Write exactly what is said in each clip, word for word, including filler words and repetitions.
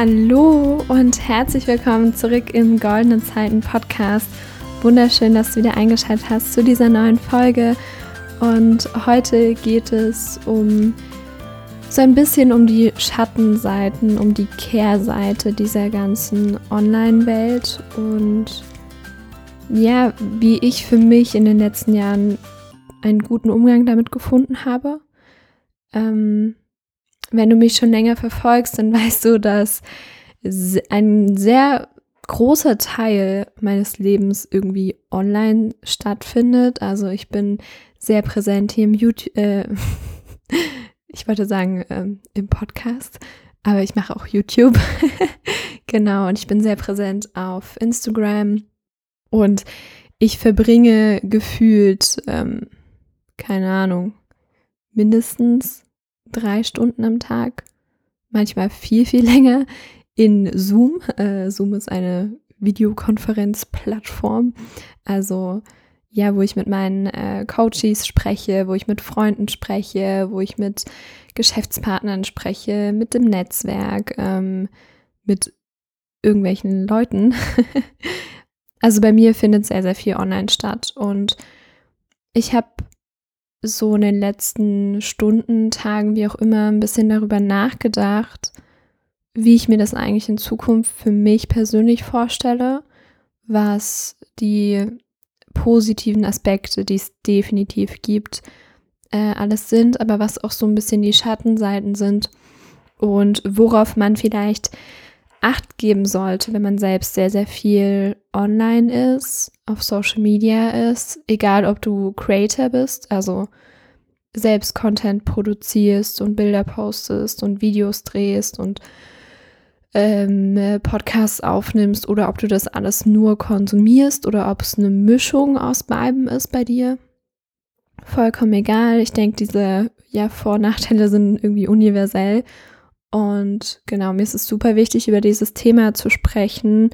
Hallo und herzlich willkommen zurück im Goldene Zeiten Podcast. Wunderschön, dass du wieder eingeschaltet hast zu dieser neuen Folge. Und heute geht es um so ein bisschen um die Schattenseiten, um die Kehrseite dieser ganzen Online-Welt und ja, wie ich für mich in den letzten Jahren einen guten Umgang damit gefunden habe. Ähm, wenn du mich schon länger verfolgst, dann weißt du, dass ein sehr großer Teil meines Lebens irgendwie online stattfindet. Also ich bin sehr präsent hier im YouTube, äh, ich wollte sagen ähm, im Podcast, aber ich mache auch YouTube. Genau, und ich bin sehr präsent auf Instagram und ich verbringe gefühlt, ähm, keine Ahnung, mindestens drei Stunden am Tag, manchmal viel, viel länger in Zoom. Äh, Zoom ist eine Videokonferenzplattform, also ja, wo ich mit meinen äh, Coaches spreche, wo ich mit Freunden spreche, wo ich mit Geschäftspartnern spreche, mit dem Netzwerk, ähm, mit irgendwelchen Leuten. Also bei mir findet sehr, sehr viel online statt und ich habe so in den letzten Stunden, Tagen, wie auch immer, ein bisschen darüber nachgedacht, wie ich mir das eigentlich in Zukunft für mich persönlich vorstelle, was die positiven Aspekte, die es definitiv gibt, äh, alles sind, aber was auch so ein bisschen die Schattenseiten sind und worauf man vielleicht Acht geben sollte, wenn man selbst sehr, sehr viel online ist, auf Social Media ist, egal ob du Creator bist, also selbst Content produzierst und Bilder postest und Videos drehst und ähm, Podcasts aufnimmst oder ob du das alles nur konsumierst oder ob es eine Mischung aus beidem ist bei dir. Vollkommen egal. Ich denke, diese ja, Vor- und Nachteile sind irgendwie universell. Und genau, mir ist es super wichtig, über dieses Thema zu sprechen,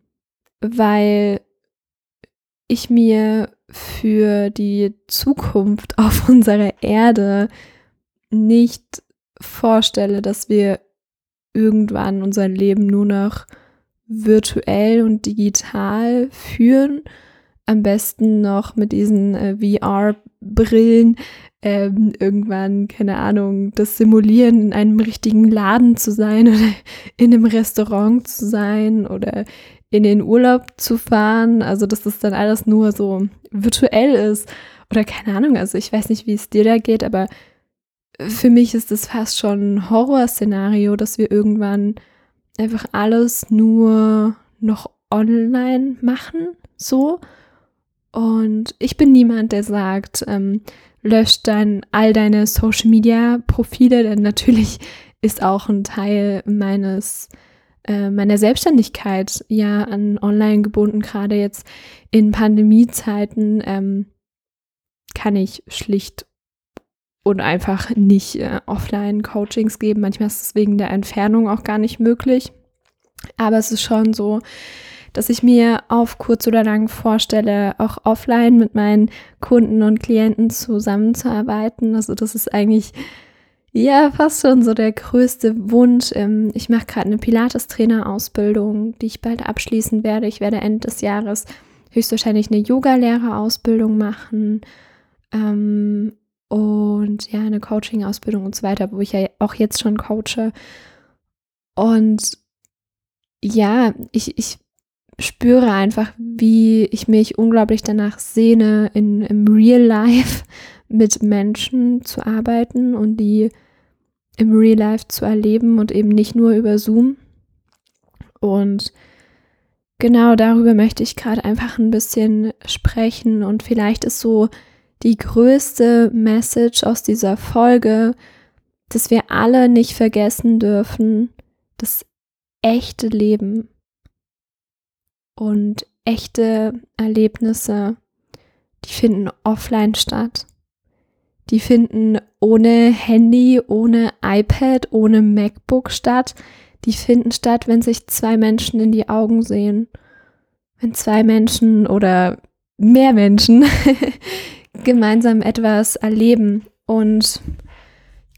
weil ich mir für die Zukunft auf unserer Erde nicht vorstelle, dass wir irgendwann unser Leben nur noch virtuell und digital führen. Am besten noch mit diesen äh, V R-Brillen ähm, irgendwann, keine Ahnung, das simulieren, in einem richtigen Laden zu sein oder in einem Restaurant zu sein oder in den Urlaub zu fahren. Also, dass das dann alles nur so virtuell ist oder keine Ahnung. Also, ich weiß nicht, wie es dir da geht, aber für mich ist das fast schon ein Horrorszenario, dass wir irgendwann einfach alles nur noch online machen, so. Und ich bin niemand, der sagt, ähm, löscht dann all deine Social-Media-Profile, denn natürlich ist auch ein Teil meines, äh, meiner Selbstständigkeit ja an online gebunden. Gerade jetzt in Pandemiezeiten ähm, kann ich schlicht und einfach nicht äh, Offline-Coachings geben. Manchmal ist es wegen der Entfernung auch gar nicht möglich. Aber es ist schon so, dass ich mir auf kurz oder lang vorstelle, auch offline mit meinen Kunden und Klienten zusammenzuarbeiten. Also das ist eigentlich ja fast schon so der größte Wunsch. Ich mache gerade eine Pilates-Trainer-Ausbildung, die ich bald abschließen werde. Ich werde Ende des Jahres höchstwahrscheinlich eine Yoga-Lehrer-Ausbildung machen ähm, und ja, eine Coaching-Ausbildung und so weiter, wo ich ja auch jetzt schon coache. Und ja, ich, ich spüre einfach, wie ich mich unglaublich danach sehne, in, im Real Life mit Menschen zu arbeiten und die im Real Life zu erleben und eben nicht nur über Zoom. Und genau darüber möchte ich gerade einfach ein bisschen sprechen und vielleicht ist so die größte Message aus dieser Folge, dass wir alle nicht vergessen dürfen, das echte Leben und echte Erlebnisse, die finden offline statt. Die finden ohne Handy, ohne iPad, ohne MacBook statt. Die finden statt, wenn sich zwei Menschen in die Augen sehen. Wenn zwei Menschen oder mehr Menschen gemeinsam etwas erleben. Und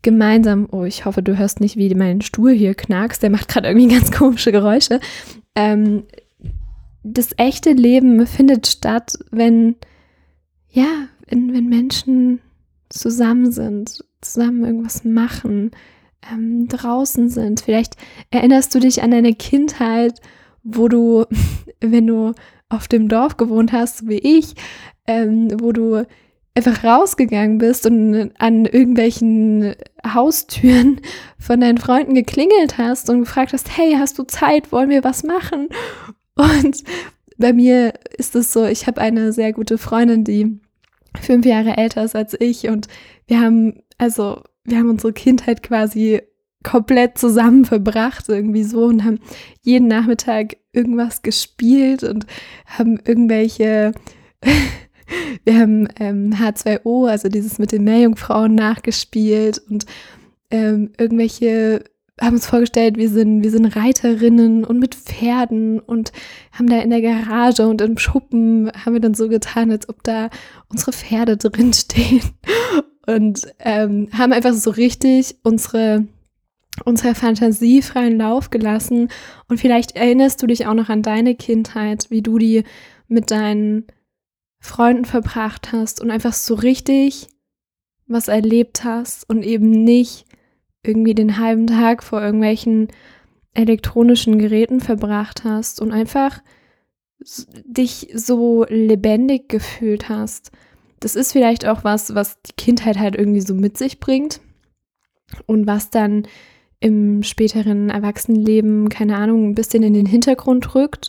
gemeinsam, oh, ich hoffe, du hörst nicht, wie mein Stuhl hier knackst, der macht gerade irgendwie ganz komische Geräusche. Ähm, das echte Leben findet statt, wenn, ja, wenn, wenn Menschen zusammen sind, zusammen irgendwas machen, ähm, draußen sind. Vielleicht erinnerst du dich an deine Kindheit, wo du, wenn du auf dem Dorf gewohnt hast, wie ich, ähm, wo du einfach rausgegangen bist und an irgendwelchen Haustüren von deinen Freunden geklingelt hast und gefragt hast, hey, hast du Zeit, wollen wir was machen? Und bei mir ist es so, ich habe eine sehr gute Freundin, die fünf Jahre älter ist als ich und wir haben, also wir haben unsere Kindheit quasi komplett zusammen verbracht irgendwie so und haben jeden Nachmittag irgendwas gespielt und haben irgendwelche wir haben ähm, H zwei O, also dieses mit den Meerjungfrauen nachgespielt und ähm, irgendwelche, haben uns vorgestellt, wir sind, wir sind Reiterinnen und mit Pferden und haben da in der Garage und im Schuppen haben wir dann so getan, als ob da unsere Pferde drinstehen und ähm, haben einfach so richtig unsere unserer Fantasie freien Lauf gelassen und vielleicht erinnerst du dich auch noch an deine Kindheit, wie du die mit deinen Freunden verbracht hast und einfach so richtig was erlebt hast und eben nicht irgendwie den halben Tag vor irgendwelchen elektronischen Geräten verbracht hast und einfach dich so lebendig gefühlt hast. Das ist vielleicht auch was, was die Kindheit halt irgendwie so mit sich bringt und was dann im späteren Erwachsenenleben, keine Ahnung, ein bisschen in den Hintergrund rückt.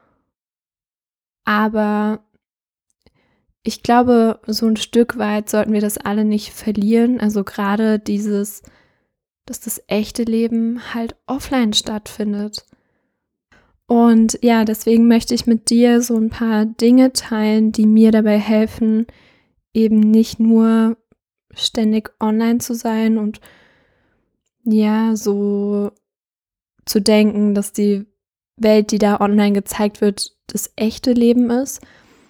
Aber ich glaube, so ein Stück weit sollten wir das alle nicht verlieren. Also gerade dieses, dass das echte Leben halt offline stattfindet. Und ja, deswegen möchte ich mit dir so ein paar Dinge teilen, die mir dabei helfen, eben nicht nur ständig online zu sein und ja, so zu denken, dass die Welt, die da online gezeigt wird, das echte Leben ist.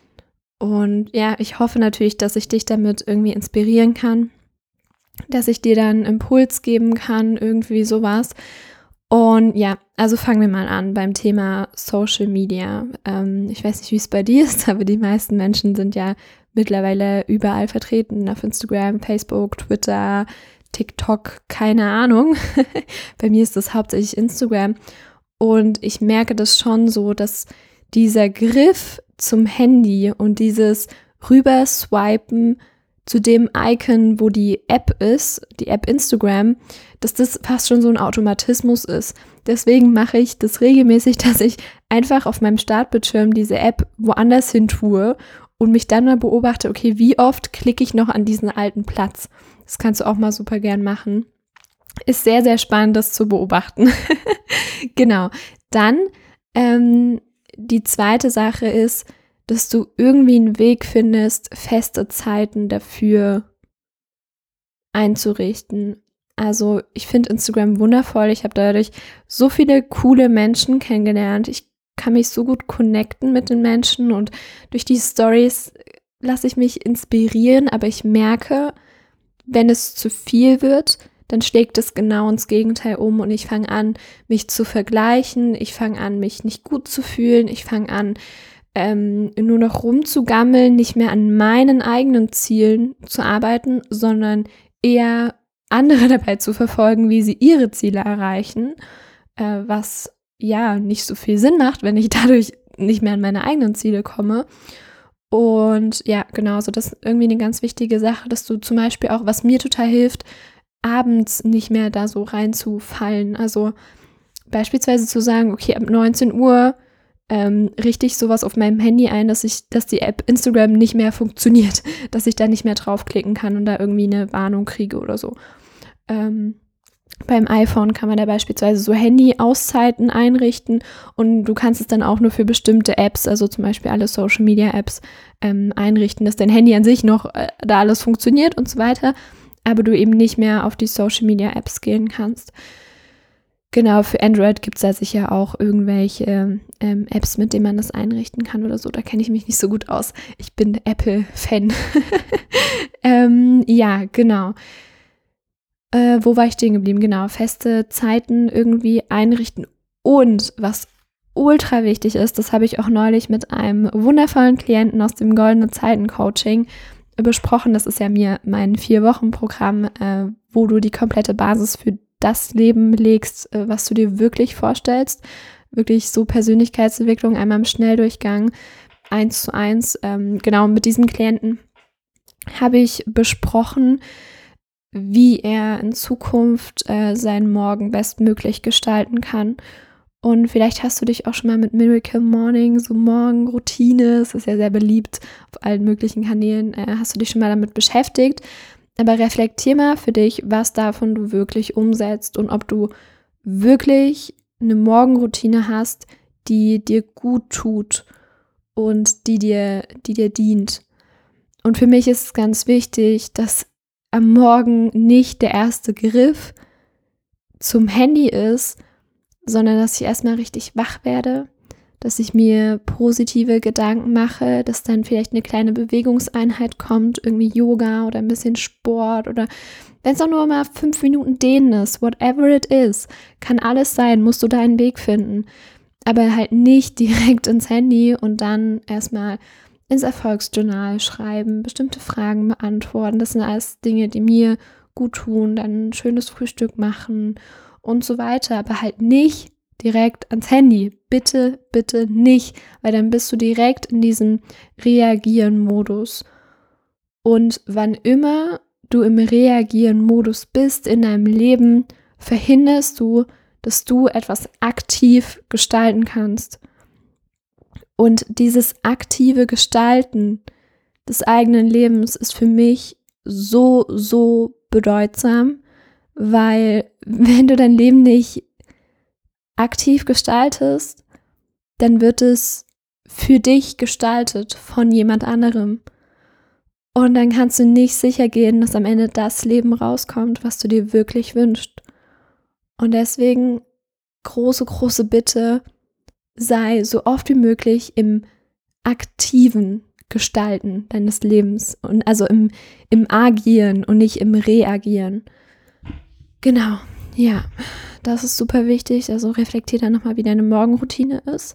Und ja, ich hoffe natürlich, dass ich dich damit irgendwie inspirieren kann, dass ich dir dann einen Impuls geben kann, irgendwie sowas. Und ja, also fangen wir mal an beim Thema Social Media. Ähm, ich weiß nicht, wie es bei dir ist, aber die meisten Menschen sind ja mittlerweile überall vertreten, auf Instagram, Facebook, Twitter, TikTok, keine Ahnung. Bei mir ist das hauptsächlich Instagram. Und ich merke das schon so, dass dieser Griff zum Handy und dieses Rüberswipen zu dem Icon, wo die App ist, die App Instagram, dass das fast schon so ein Automatismus ist. Deswegen mache ich das regelmäßig, dass ich einfach auf meinem Startbildschirm diese App woanders hin tue und mich dann mal beobachte, okay, wie oft klicke ich noch an diesen alten Platz? Das kannst du auch mal super gern machen. Ist sehr, sehr spannend, das zu beobachten. Genau. Dann ähm, die zweite Sache ist, dass du irgendwie einen Weg findest, feste Zeiten dafür einzurichten. Also ich finde Instagram wundervoll. Ich habe dadurch so viele coole Menschen kennengelernt. Ich kann mich so gut connecten mit den Menschen und durch die Stories lasse ich mich inspirieren, aber ich merke, wenn es zu viel wird, dann schlägt es genau ins Gegenteil um und ich fange an, mich zu vergleichen, ich fange an, mich nicht gut zu fühlen, ich fange an, ähm, nur noch rumzugammeln, nicht mehr an meinen eigenen Zielen zu arbeiten, sondern eher andere dabei zu verfolgen, wie sie ihre Ziele erreichen, äh, was ja nicht so viel Sinn macht, wenn ich dadurch nicht mehr an meine eigenen Ziele komme. Und ja, genau, so das ist irgendwie eine ganz wichtige Sache, dass du zum Beispiel auch, was mir total hilft, abends nicht mehr da so reinzufallen. Also beispielsweise zu sagen, okay, ab neunzehn Uhr ähm, richte ich sowas auf meinem Handy ein, dass ich, dass die App Instagram nicht mehr funktioniert, dass ich da nicht mehr draufklicken kann und da irgendwie eine Warnung kriege oder so. Ähm, beim iPhone kann man da beispielsweise so Handy-Auszeiten einrichten und du kannst es dann auch nur für bestimmte Apps, also zum Beispiel alle Social-Media-Apps ähm, einrichten, dass dein Handy an sich noch äh, da alles funktioniert und so weiter, aber du eben nicht mehr auf die Social-Media-Apps gehen kannst. Genau, für Android gibt es da sicher auch irgendwelche ähm, Apps, mit denen man das einrichten kann oder so. Da kenne ich mich nicht so gut aus. Ich bin Apple-Fan. ähm, ja, genau. Äh, wo war ich stehen geblieben? Genau, feste Zeiten irgendwie einrichten. Und was ultra wichtig ist, das habe ich auch neulich mit einem wundervollen Klienten aus dem Goldene Zeiten Coaching besprochen. Das ist ja mir mein Vier-Wochen-Programm, äh, wo du die komplette Basis für das Leben legst, äh, was du dir wirklich vorstellst. Wirklich so Persönlichkeitsentwicklung, einmal im Schnelldurchgang, eins zu eins. Ähm, genau, mit diesem Klienten habe ich besprochen, wie er in Zukunft äh, seinen Morgen bestmöglich gestalten kann. Und vielleicht hast du dich auch schon mal mit Miracle Morning, so Morgenroutine, es ist ja sehr beliebt auf allen möglichen Kanälen, äh, hast du dich schon mal damit beschäftigt. Aber reflektier mal für dich, was davon du wirklich umsetzt und ob du wirklich eine Morgenroutine hast, die dir gut tut und die dir, die dir dient. Und für mich ist es ganz wichtig, dass am Morgen nicht der erste Griff zum Handy ist, sondern dass ich erstmal richtig wach werde, dass ich mir positive Gedanken mache, dass dann vielleicht eine kleine Bewegungseinheit kommt, irgendwie Yoga oder ein bisschen Sport oder wenn es auch nur mal fünf Minuten dehnen ist, whatever it is, kann alles sein, musst du deinen Weg finden, aber halt nicht direkt ins Handy und dann erstmal ins Erfolgsjournal schreiben, bestimmte Fragen beantworten, das sind alles Dinge, die mir gut tun, dann ein schönes Frühstück machen und so weiter, aber halt nicht direkt ans Handy. Bitte, bitte nicht, weil dann bist du direkt in diesem Reagieren-Modus. Und wann immer du im Reagieren-Modus bist in deinem Leben, verhinderst du, dass du etwas aktiv gestalten kannst. Und dieses aktive Gestalten des eigenen Lebens ist für mich so, so bedeutsam, weil wenn du dein Leben nicht aktiv gestaltest, dann wird es für dich gestaltet von jemand anderem. Und dann kannst du nicht sicher gehen, dass am Ende das Leben rauskommt, was du dir wirklich wünschst. Und deswegen große, große Bitte, sei so oft wie möglich im aktiven Gestalten deines Lebens und also im, im Agieren und nicht im Reagieren. Genau, ja, das ist super wichtig. Also reflektier dann nochmal, wie deine Morgenroutine ist.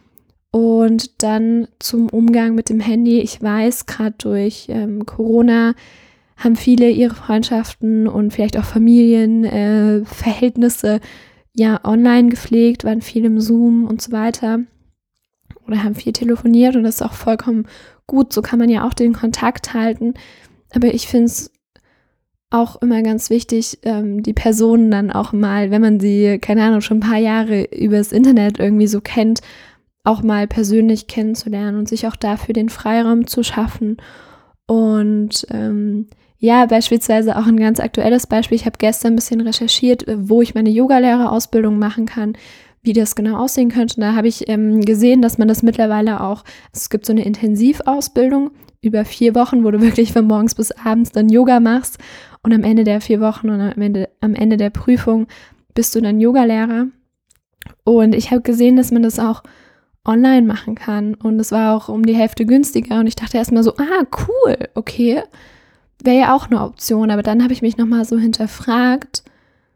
Und dann zum Umgang mit dem Handy. Ich weiß, gerade durch ähm, Corona haben viele ihre Freundschaften und vielleicht auch Familienverhältnisse äh, ja online gepflegt, waren viel im Zoom und so weiter oder haben viel telefoniert und das ist auch vollkommen gut. So kann man ja auch den Kontakt halten. Aber ich finde es auch immer ganz wichtig, ähm, die Personen dann auch mal, wenn man sie, keine Ahnung, schon ein paar Jahre übers Internet irgendwie so kennt, auch mal persönlich kennenzulernen und sich auch dafür den Freiraum zu schaffen. Und ähm, ja, beispielsweise auch ein ganz aktuelles Beispiel. Ich habe gestern ein bisschen recherchiert, wo ich meine Yogalehrerausbildung machen kann, wie das genau aussehen könnte. Und da habe ich ähm, gesehen, dass man das mittlerweile auch, es gibt so eine Intensivausbildung über vier Wochen, wo du wirklich von morgens bis abends dann Yoga machst. Und am Ende der vier Wochen und am Ende, am Ende der Prüfung bist du dann Yogalehrer. Und ich habe gesehen, dass man das auch online machen kann. Und es war auch um die Hälfte günstiger. Und ich dachte erstmal so, ah, cool, okay. Wäre ja auch eine Option. Aber dann habe ich mich nochmal so hinterfragt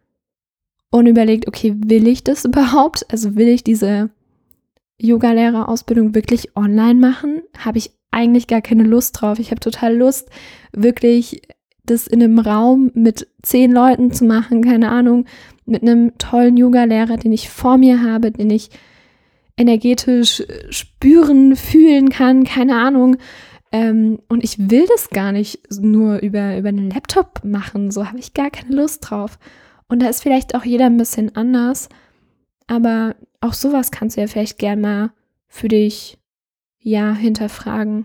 und überlegt, okay, will ich das überhaupt? Also will ich diese Yogalehrerausbildung wirklich online machen? Habe ich eigentlich gar keine Lust drauf. Ich habe total Lust, wirklich das in einem Raum mit zehn Leuten zu machen, keine Ahnung, mit einem tollen Yogalehrer, den ich vor mir habe, den ich energetisch spüren, fühlen kann, keine Ahnung. Ähm, und ich will das gar nicht nur über, über einen Laptop machen, so habe ich gar keine Lust drauf. Und da ist vielleicht auch jeder ein bisschen anders, aber auch sowas kannst du ja vielleicht gern mal für dich, ja, hinterfragen.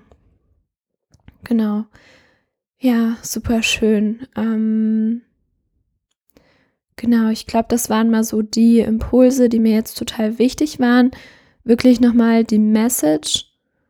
Genau. Ja, super schön. Ähm, genau, ich glaube, das waren mal so die Impulse, die mir jetzt total wichtig waren. Wirklich nochmal die Message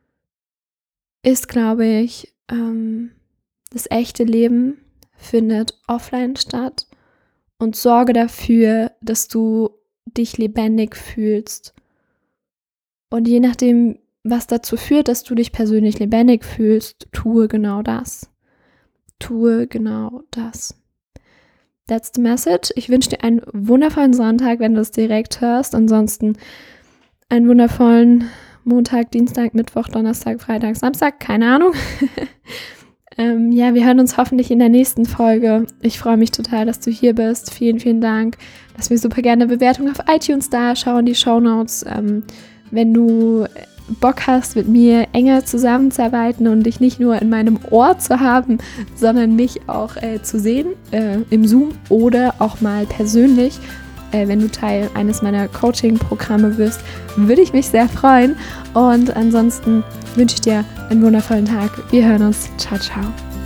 ist, glaube ich, ähm, das echte Leben findet offline statt und sorge dafür, dass du dich lebendig fühlst. Und je nachdem, was dazu führt, dass du dich persönlich lebendig fühlst, tue genau das. Tue genau das. that's the message. Ich wünsche dir einen wundervollen Sonntag, wenn du es direkt hörst. Ansonsten einen wundervollen Montag, Dienstag, Mittwoch, Donnerstag, Freitag, Samstag, keine Ahnung. ähm, ja, wir hören uns hoffentlich in der nächsten Folge. Ich freue mich total, dass du hier bist. Vielen, vielen Dank. Lass mir super gerne eine Bewertung auf iTunes da. Schau in die Shownotes. Ähm, wenn du Bock hast, mit mir enger zusammenzuarbeiten und dich nicht nur in meinem Ohr zu haben, sondern mich auch äh, zu sehen äh, im Zoom oder auch mal persönlich, äh, wenn du Teil eines meiner Coaching-Programme wirst, würde ich mich sehr freuen. Und ansonsten wünsche ich dir einen wundervollen Tag. Wir hören uns. Ciao, ciao.